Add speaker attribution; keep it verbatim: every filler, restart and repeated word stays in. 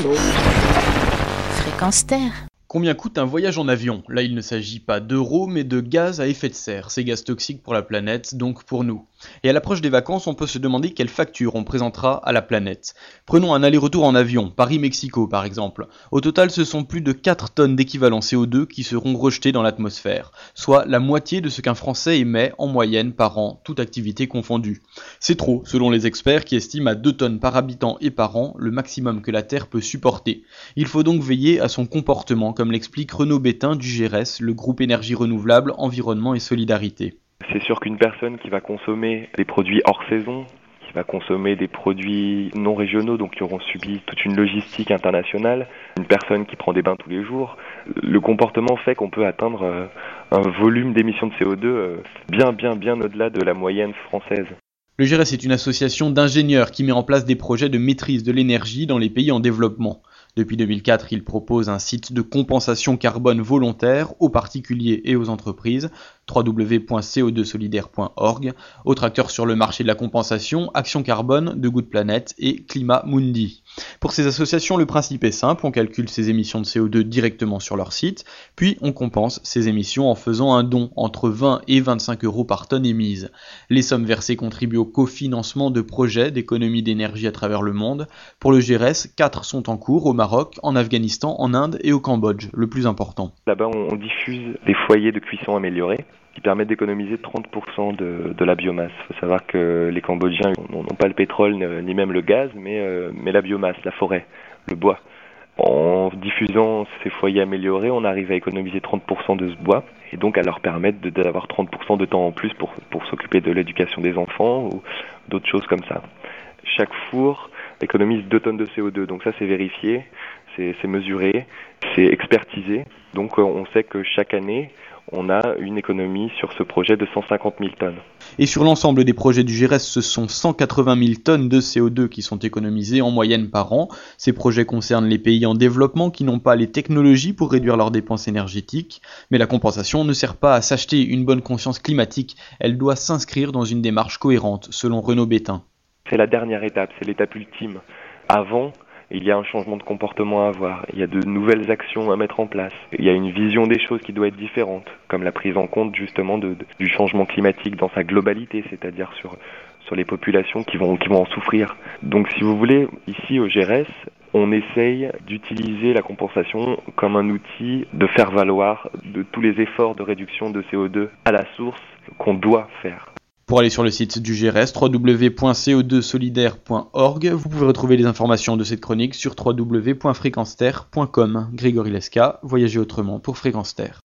Speaker 1: l'eau. Fréquence Terre.
Speaker 2: Combien coûte un voyage en avion ? Là, il ne s'agit pas d'euros, mais de gaz à effet de serre. Ces gaz toxiques pour la planète, donc pour nous. Et à l'approche des vacances, on peut se demander quelle facture on présentera à la planète. Prenons un aller-retour en avion, Paris-Mexico par exemple. Au total, ce sont plus de quatre tonnes d'équivalent C O deux qui seront rejetées dans l'atmosphère, soit la moitié de ce qu'un Français émet en moyenne par an, toute activité confondue. C'est trop, selon les experts qui estiment à deux tonnes par habitant et par an le maximum que la Terre peut supporter. Il faut donc veiller à son comportement, comme l'explique Renaud Bétain du G R E S, le groupe énergie renouvelable, environnement et solidarité.
Speaker 3: C'est sûr qu'une personne qui va consommer des produits hors saison, qui va consommer des produits non régionaux, donc qui auront subi toute une logistique internationale, une personne qui prend des bains tous les jours, le comportement fait qu'on peut atteindre un volume d'émissions de C O deux bien, bien, bien au-delà de la moyenne française.
Speaker 2: Le G R E S est une association d'ingénieurs qui met en place des projets de maîtrise de l'énergie dans les pays en développement. Depuis deux mille quatre, il propose un site de compensation carbone volontaire aux particuliers et aux entreprises, w w w point c o deux solidaire point org. Autre acteur sur le marché de la compensation, Action Carbone, The Good Planet et Climat Mundi. Pour ces associations, le principe est simple, on calcule ses émissions de C O deux directement sur leur site, puis on compense ces émissions en faisant un don entre vingt et vingt-cinq euros par tonne émise. Les sommes versées contribuent au cofinancement de projets d'économie d'énergie à travers le monde. Pour le G R E S, quatre sont en cours au Maroc, en Afghanistan, en Inde et au Cambodge, le plus important.
Speaker 3: Là-bas, on diffuse des foyers de cuisson améliorés qui permettent d'économiser trente pour cent de, de la biomasse. Il faut savoir que les Cambodgiens n'ont pas le pétrole ni même le gaz, mais, euh, mais la biomasse, la forêt, le bois. En diffusant ces foyers améliorés, on arrive à économiser trente pour cent de ce bois et donc à leur permettre de, d'avoir trente pour cent de temps en plus pour, pour s'occuper de l'éducation des enfants ou d'autres choses comme ça. Chaque four économise deux tonnes de C O deux, donc ça c'est vérifié, c'est, c'est mesuré, c'est expertisé. Donc on sait que chaque année, on a une économie sur ce projet de cent cinquante mille tonnes.
Speaker 2: Et sur l'ensemble des projets du G R E S, ce sont cent quatre-vingt mille tonnes de C O deux qui sont économisées en moyenne par an. Ces projets concernent les pays en développement qui n'ont pas les technologies pour réduire leurs dépenses énergétiques. Mais la compensation ne sert pas à s'acheter une bonne conscience climatique, elle doit s'inscrire dans une démarche cohérente, selon Renaud Bétain.
Speaker 3: C'est la dernière étape, c'est l'étape ultime. Avant, il y a un changement de comportement à avoir, il y a de nouvelles actions à mettre en place, il y a une vision des choses qui doit être différente, comme la prise en compte justement de, de, du changement climatique dans sa globalité, c'est-à-dire sur, sur les populations qui vont, qui vont en souffrir. Donc si vous voulez, ici au G R E S, on essaye d'utiliser la compensation comme un outil de faire valoir de tous les efforts de réduction de C O deux à la source qu'on doit faire.
Speaker 2: Pour aller sur le site du G R E S, w w w point c o deux solidaire point org, vous pouvez retrouver les informations de cette chronique sur w w w point fréquence terre point com. Grégory Lesca, Voyager autrement pour Fréquence Terre.